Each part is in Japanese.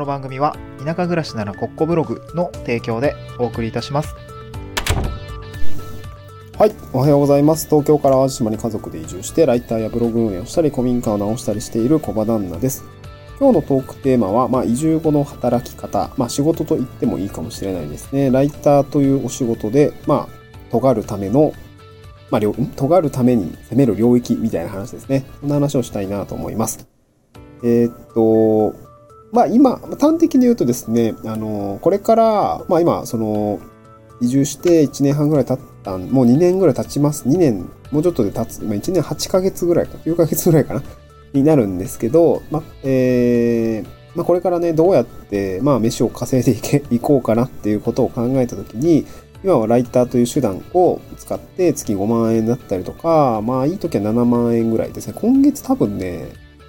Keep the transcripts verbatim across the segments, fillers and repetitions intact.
の番組は田舎暮らしならコッコブログの提供でお送りいたします。 はい、おはようございます。東京から淡路島に家族で移住してライターやブログ運営をしたり古民家を直したりしている小場旦那です。今日のトークテーマは、まあ、移住後の働き方、まあ、仕事と言ってもいいかもしれないですね。ライターというお仕事で、まあ、尖るための、まあ、尖るために攻める領域みたいな話ですね。そんな話をしたいなと思います。えー、っと、まあ今、端的に言うとですね、あの、これから、まあ今、その、移住していちねんはんぐらい経った、もうにねんぐらい経ちます。にねん、もうちょっとで経つ。今いちねんはちかげつぐらいか、きゅうかげつぐらいかな、になるんですけど、まあ、えー、まあこれからね、どうやって、まあ飯を稼いでいけ、いこうかなっていうことを考えたときに、今はライターという手段を使って月ごまんえんだったりとか、まあいい時はななまんえんぐらいですね。今月多分ね、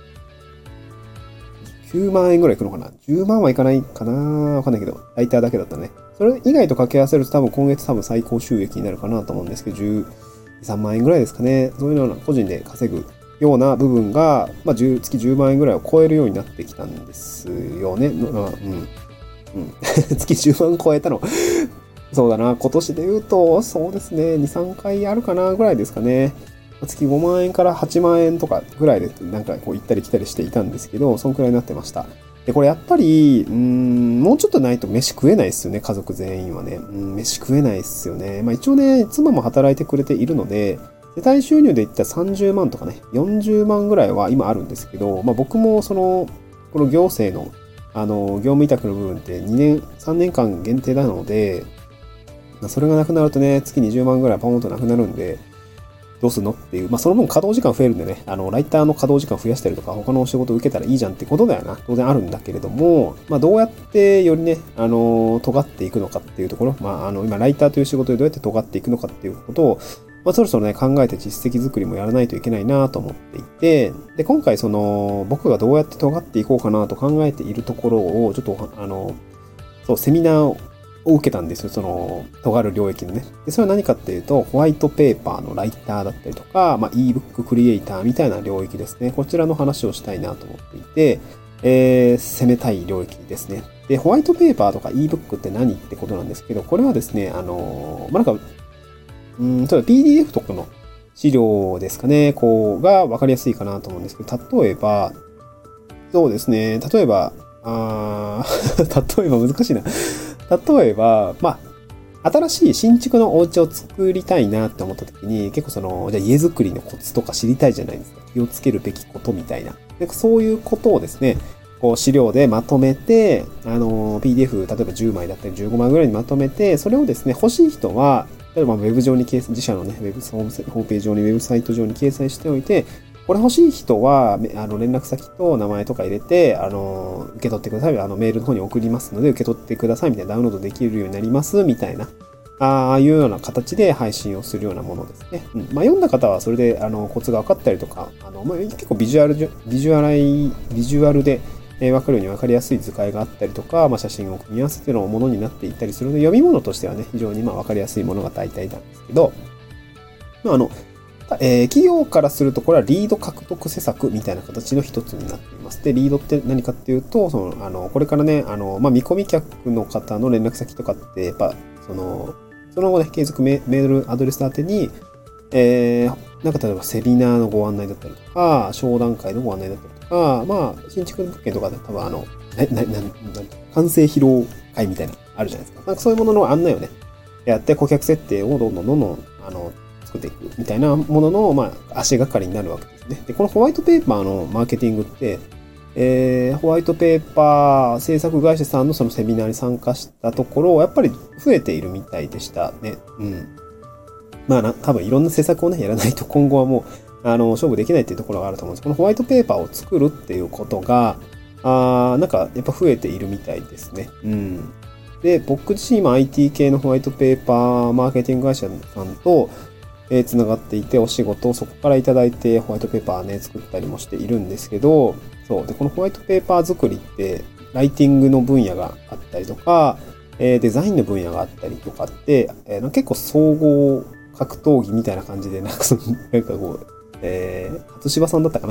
きゅうまんえんぐらいいくのかな ?じゅうまんはいかないかなわかんないけど、ライターだけだったらね。それ以外と掛け合わせると多分今月多分最高収益になるかなと思うんですけど、じゅうさんまんえんぐらいですかね。そういうような個人で稼ぐような部分が、まあ、月じゅうまんえんぐらいを超えるようになってきたんですよね。うん。うん。月じゅうまん超えたの。そうだな。今年で言うと、そうですね。に、さんかいあるかなぐらいですかね。月ごまんえんからはちまんえんとかぐらいでなんかこう行ったり来たりしていたんですけど、そんくらいになってました。で、これやっぱり、うーん、もうちょっとないと飯食えないですよね、家族全員はね。うん、飯食えないですよね。まあ一応ね、妻も働いてくれているので、世帯収入で言ったらさんじゅうまんとかね、よんじゅうまんぐらいは今あるんですけど、まあ僕もその、この行政の、あの、業務委託の部分ってにねん、さんねんかん限定なので、それがなくなるとね、月にじゅうまんぐらいポンとなくなるんで、どうすんのっていう。まあ、その分稼働時間増えるんでね、あの、ライターの稼働時間増やしたりとか、他のお仕事受けたらいいじゃんってことだよな。当然あるんだけれども、まあ、どうやってよりね、あの、尖っていくのかっていうところ、まあ、あの、今、ライターという仕事でどうやって尖っていくのかっていうことを、まあ、そろそろね、考えて実績作りもやらないといけないなと思っていて、で、今回、その、僕がどうやって尖っていこうかなと考えているところを、ちょっと、あの、そう、セミナーを、を受けたんですよ。その、尖る領域のね。で、それは何かっていうと、ホワイトペーパーのライターだったりとか、まあ、ebook クリエイターみたいな領域ですね。こちらの話をしたいなと思っていて、えー、攻めたい領域ですね。で、ホワイトペーパーとか ebook って何ってことなんですけど、これはですね、あの、まあ、なんか、うん、例えば ピーディーエフ とかの資料ですかね、こう、が分かりやすいかなと思うんですけど、例えば、そうですね、例えば、あー例えば難しいな。例えば、まあ、新しい新築のお家を作りたいなって思った時に、結構その、じゃあ家作りのコツとか知りたいじゃないですか。気をつけるべきことみたいな。でそういうことをですね、こう資料でまとめて、あの、ピーディーエフ、例えばじゅうまいだったりじゅうごまいぐらいにまとめて、それをですね、欲しい人は、例えばウェブ上に掲載、自社のね、ウェブ、ホームページ上に、ウェブサイト上に掲載しておいて、これ欲しい人は、あの、連絡先と名前とか入れて、あの、受け取ってください。あの、メールの方に送りますので、受け取ってくださいみたいな、ダウンロードできるようになります、みたいな、ああいうような形で配信をするようなものですね。うん。まあ、読んだ方はそれで、あの、コツが分かったりとか、あの、まあ、結構ビジュアル、ビジュアライ、ビジュアルで、えー、分かるように分かりやすい図解があったりとか、まあ、写真を組み合わせてのものになっていったりするので、読み物としてはね、非常にまあ分かりやすいものが大体なんですけど、まあ、あの、えー、企業からすると、これはリード獲得施策みたいな形の一つになっています。で、リードって何かっていうと、その、あの、これからね、あの、まあ、見込み客の方の連絡先とかって、やっぱ、その、その後ね、継続メールアドレス宛てに、えー、なんか例えばセミナーのご案内だったりとか、商談会のご案内だったりとか、まあ、新築物件とかで多分あの、な、な、な、な完成披露会みたいな、あるじゃないですか。なんかそういうものの案内をね、やって、顧客設定をどんどんどんどん、あの、作っていくみたいなものの、まあ、足がかりになるわけですね。で、このホワイトペーパーのマーケティングって、えー、ホワイトペーパー制作会社さんのそのセミナーに参加したところ、やっぱり増えているみたいでしたね。うん。まあな、多分いろんな施策をね、やらないと今後はもう、あの、勝負できないっていうところがあると思うんです。このホワイトペーパーを作るっていうことが、あーなんかやっぱ増えているみたいですね。うん。で、僕自身今 アイティー 系のホワイトペーパーマーケティング会社さんと、えー、つながっていて、お仕事をそこからいただいて、ホワイトペーパーね、作ったりもしているんですけど、そう。で、このホワイトペーパー作りって、ライティングの分野があったりとか、えー、デザインの分野があったりとかって、えー、結構総合格闘技みたいな感じで、なんかその、なんかこう、えー、初芝さんだったかな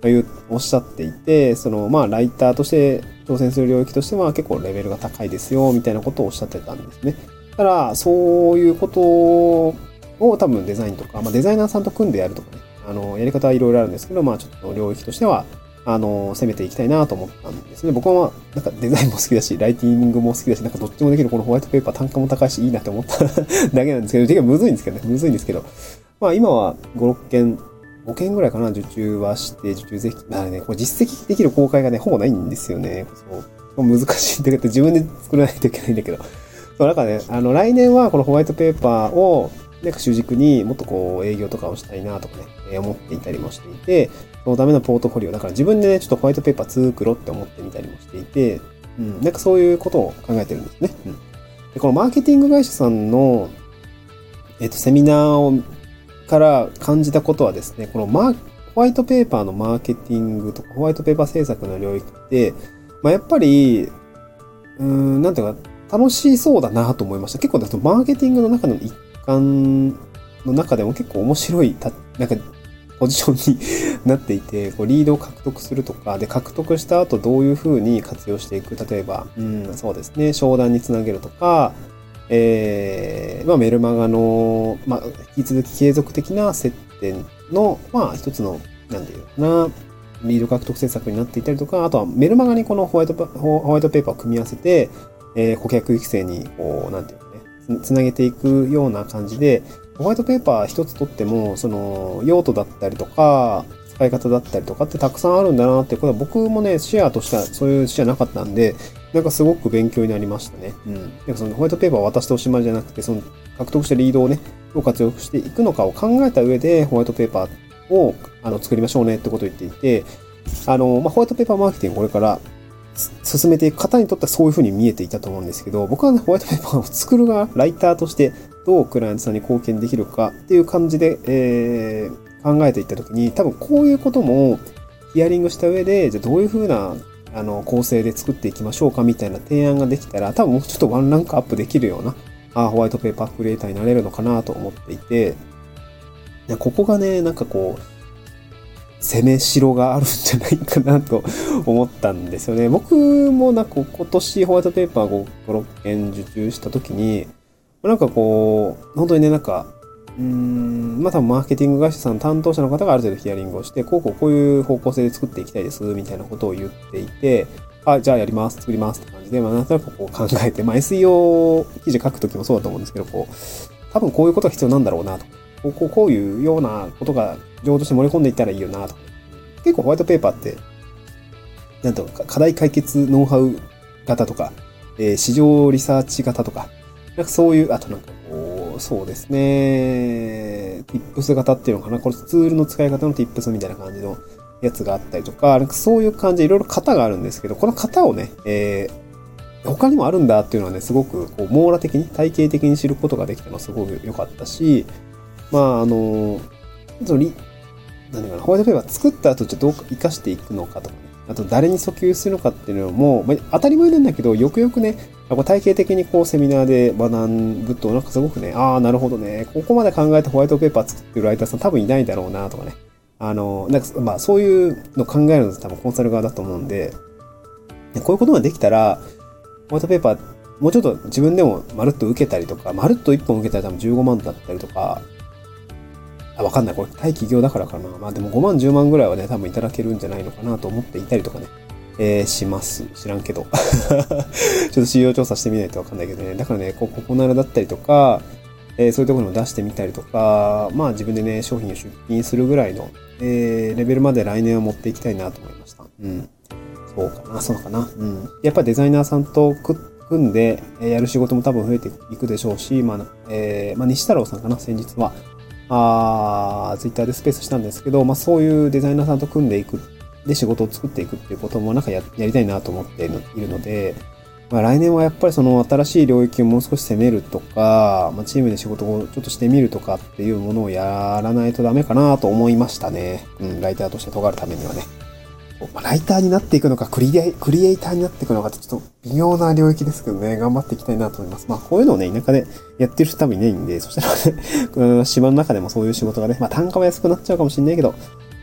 言う、おっしゃっていて、その、まあ、ライターとして挑戦する領域としては結構レベルが高いですよ、みたいなことをおっしゃってたんですね。ただ、そういうことを多分デザインとか、まあ、デザイナーさんと組んでやるとかね、あの、やり方はいろいろあるんですけど、まあ、ちょっと領域としては、あの、攻めていきたいなと思ったんですね。僕はまあ、なんかデザインも好きだし、ライティングも好きだし、なんかどっちもできるこのホワイトペーパー単価も高いし、いいなって思っただけなんですけど、てかむずいんですけどね、むずいんですけど、まあ今はご、ろっけん、ごけんぐらいかな、受注はして、受注ぜひ、まあね、これ実績できる公開がね、ほぼないんですよね。そう。難しいんだけど、自分で作らないといけないんだけど。そう、だからね、あの、来年はこのホワイトペーパーを、なんか主軸にもっとこう営業とかをしたいなとかね、えー、思っていたりもしていて、そのためのポートフォリオ、だから自分でね、ちょっとホワイトペーパー作ろうって思ってみたりもしていて、うん、なんかそういうことを考えてるんですね。うん。で、このマーケティング会社さんの、えっと、セミナーを、から感じたことはですね、このマー、ホワイトペーパーのマーケティングとか、ホワイトペーパー制作の領域って、まあ、やっぱり、うーん、なんていうか、楽しそうだなと思いました。結構だとマーケティングの中の一環の中でも結構面白い、なんか、ポジションになっていて、こうリードを獲得するとか、で、獲得した後どういう風に活用していく。例えば、うん、そうですね、商談につなげるとか、えー、まあ、メルマガの、まあ、引き続き継続的な接点の、まあ、一つの、なんていうのかな、リード獲得政策になっていたりとか、あとはメルマガにこのホワイトパ、ホワイトペーパーを組み合わせて、えー、顧客育成に、こう、なんていうのね、つなげていくような感じで、ホワイトペーパー一つとっても、その、用途だったりとか、使い方だったりとかってたくさんあるんだなってことは僕もね、シェアとしてはそういうシェアなかったんで、なんかすごく勉強になりましたね。うん。なんかそのホワイトペーパーを渡しておしまいじゃなくて、その獲得したリードをね、どう活用していくのかを考えた上で、ホワイトペーパーをあの作りましょうねってことを言っていて、あの、まあ、ホワイトペーパーマーケティングこれから進めていく方にとってはそういう風に見えていたと思うんですけど、僕はね、ホワイトペーパーを作る側、ライターとしてどうクライアントさんに貢献できるかっていう感じで、えー、考えていったときに、多分こういうこともヒアリングした上で、じゃあどういう風なあの構成で作っていきましょうかみたいな提案ができたら、多分もうちょっとワンランクアップできるようなあホワイトペーパークリエイターになれるのかなと思っていて、いやここがね、なんかこう、攻めしろがあるんじゃないかなと思ったんですよね。僕もなんか今年ホワイトペーパーご、ろっけん受注した時に、なんかこう、本当にね、なんか、うーん、まあ多分マーケティング会社さん担当者の方がある程度ヒアリングをして、こうこうこういう方向性で作っていきたいです、みたいなことを言っていて、あ、じゃあやります、作りますって感じで、まあなんとなくこう考えて、まあ エスイーオー 記事書くときもそうだと思うんですけど、こう、多分こういうことが必要なんだろうなと。こうこうこういうようなことが情報として盛り込んでいったらいいよなと。結構ホワイトペーパーって、なんとか課題解決ノウハウ型とか、えー、市場リサーチ型とか、なんかそういう、あとなんかこう、そうですね、tips 型っていうのかな、これツールの使い方の tips みたいな感じのやつがあったりとか、なんかそういう感じでいろいろ型があるんですけど、この型をね、えー、他にもあるんだっていうのはね、すごくこう網羅的に、体系的に知ることができたのはすごく良かったし、まあ、あの、そのリなんだかな、ホワイトペーパー作った後、じゃどう活かしていくのかとかね。あと、誰に訴求するのかっていうのも、まあ、当たり前なんだけど、よくよくね、体系的にこう、セミナーで学ぶと、なんかすごくね、ああ、なるほどね、ここまで考えてホワイトペーパー作ってるライターさん多分いないだろうな、とかね。あの、なんか、まあ、そういうの考えるのって多分コンサル側だと思うんで、こういうことができたら、ホワイトペーパー、もうちょっと自分でもまるっと受けたりとか、まるっといっぽん受けたら多分じゅうごまんだったりとか、あ、わかんない。これ、対企業だからかな。まあでもごまん、じゅうまんぐらいはね、多分いただけるんじゃないのかなと思っていたりとかね、えー、します。知らんけど。ちょっと市場調査してみないとわかんないけどね。だからね、こう、ここならだったりとか、えー、そういうところにも出してみたりとか、まあ自分でね、商品を出品するぐらいの、えー、レベルまで来年は持っていきたいなと思いました。うん。そうかな、そうかな。うん。やっぱりデザイナーさんと組んで、えー、やる仕事も多分増えていくでしょうし、まあ、えー、まあ西太郎さんかな、先日は。あツイッターでスペースしたんですけど、まあそういうデザイナーさんと組んでいく、で仕事を作っていくっていうこともなんか や, やりたいなと思っているので、まあ来年はやっぱりその新しい領域をもう少し攻めるとか、まあチームで仕事をちょっとしてみるとかっていうものをやらないとダメかなと思いましたね。うん、ライターとして尖るためにはね。まあ、ライターになっていくのかクリエイ、クリエイターになっていくのかってちょっと微妙な領域ですけどね、頑張っていきたいなと思います。まあこういうのをね、田舎でやってる人多分いないんで、そしたらね、島の中でもそういう仕事がね、まあ単価は安くなっちゃうかもしれないけど、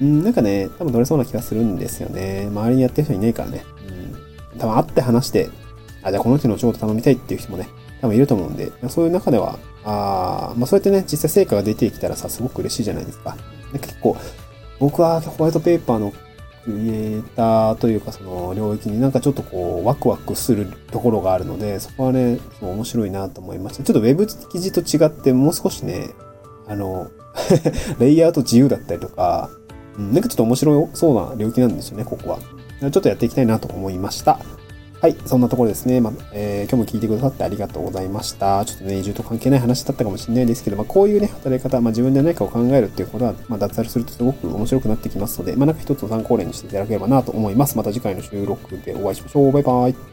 うん、なんかね、多分取れそうな気がするんですよね。周りにやってる人いないからね。うん。多分会って話して、あ、じゃあこの人のお仕事頼みたいっていう人もね、多分いると思うんで、そういう中では、あまあそうやってね、実際成果が出てきたらさ、すごく嬉しいじゃないですか。で結構、僕はホワイトペーパーのクリエイターというかその領域になんかちょっとこうワクワクするところがあるので、そこはね、そう面白いなと思いました。ちょっとウェブ記事と違ってもう少しね、あの、レイアウト自由だったりとか、うん、なんかちょっと面白そうな領域なんですよね、ここは。ちょっとやっていきたいなと思いました。はい、そんなところですね。まあえー、今日も聞いてくださってありがとうございました。ちょっとね、移住と関係ない話だったかもしれないですけど、まあ、こういうね、働き方、まあ、自分で何かを考えるっていうことは、まあ、脱サラするとすごく面白くなってきますので、まあ、なんか一つの参考例にしていただければなと思います。また次回の収録でお会いしましょう。バイバイ。